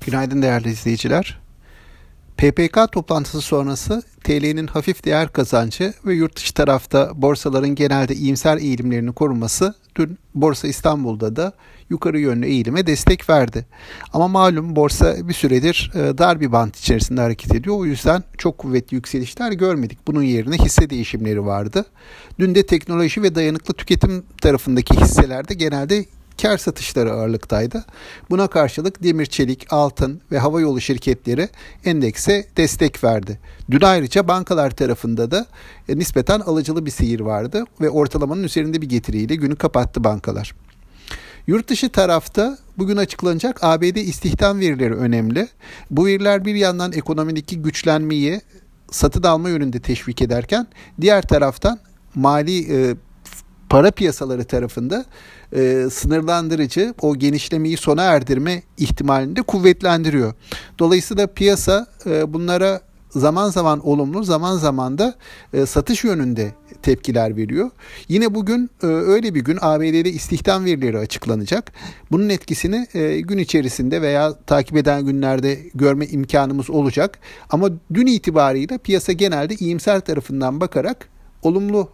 Günaydın değerli izleyiciler. PPK toplantısı sonrası TL'nin hafif değer kazancı ve yurt dışı tarafta borsaların genelde iyimser eğilimlerini koruması dün Borsa İstanbul'da da yukarı yönlü eğilime destek verdi. Ama malum borsa bir süredir dar bir bant içerisinde hareket ediyor. O yüzden çok kuvvetli yükselişler görmedik. Bunun yerine hisse değişimleri vardı. Dün de teknoloji ve dayanıklı tüketim tarafındaki hisselerde genelde kar satışları ağırlıktaydı. Buna karşılık demir, çelik, altın ve havayolu şirketleri endekse destek verdi. Dün ayrıca bankalar tarafında da nispeten alıcılı bir seyir vardı ve ortalamanın üzerinde bir getiriyle günü kapattı bankalar. Yurt dışı tarafta bugün açıklanacak ABD istihdam verileri önemli. Bu veriler bir yandan ekonomideki güçlenmeyi satın alma yönünde teşvik ederken diğer taraftan mali para piyasaları tarafında sınırlandırıcı, o genişlemeyi sona erdirme ihtimalini de kuvvetlendiriyor. Dolayısıyla piyasa bunlara zaman zaman olumlu, zaman zaman da satış yönünde tepkiler veriyor. Yine bugün öyle bir gün ABD'de istihdam verileri açıklanacak. Bunun etkisini gün içerisinde veya takip eden günlerde görme imkanımız olacak. Ama dün itibariyle piyasa genelde iyimser tarafından bakarak olumlu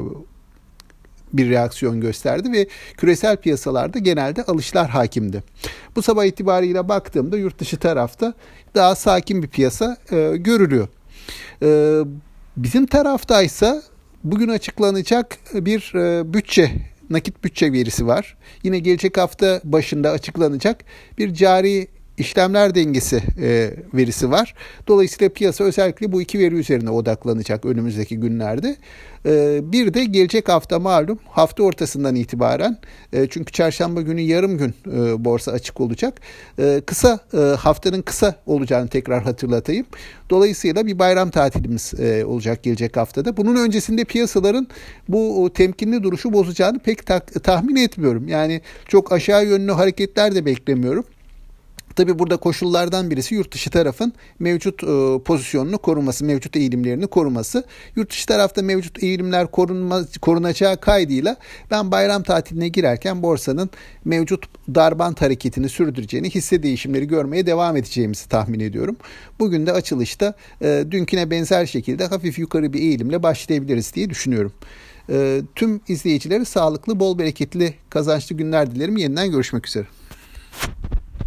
bir reaksiyon gösterdi ve küresel piyasalarda genelde alışlar hakimdi. Bu sabah itibariyle baktığımda yurt dışı tarafta daha sakin bir piyasa görülüyor. Bizim taraftaysa bugün açıklanacak bir nakit bütçe verisi var. Yine gelecek hafta başında açıklanacak bir cari işlemler dengesi verisi var. Dolayısıyla piyasa özellikle bu iki veri üzerine odaklanacak önümüzdeki günlerde. Bir de gelecek hafta malum hafta ortasından itibaren çünkü çarşamba günü yarım gün borsa açık olacak. Haftanın kısa olacağını tekrar hatırlatayım. Dolayısıyla bir bayram tatilimiz olacak gelecek haftada. Bunun öncesinde piyasaların bu temkinli duruşu bozacağını pek tahmin etmiyorum. Yani çok aşağı yönlü hareketler de beklemiyorum. Tabii burada koşullardan birisi yurt dışı tarafın mevcut pozisyonunu koruması, mevcut eğilimlerini koruması. Yurt dışı tarafta mevcut eğilimler korunacağı kaydıyla ben bayram tatiline girerken borsanın mevcut darbant hareketini sürdüreceğini, hisse değişimleri görmeye devam edeceğimizi tahmin ediyorum. Bugün de açılışta dünküne benzer şekilde hafif yukarı bir eğilimle başlayabiliriz diye düşünüyorum. Tüm izleyicilere sağlıklı, bol bereketli, kazançlı günler dilerim. Yeniden görüşmek üzere.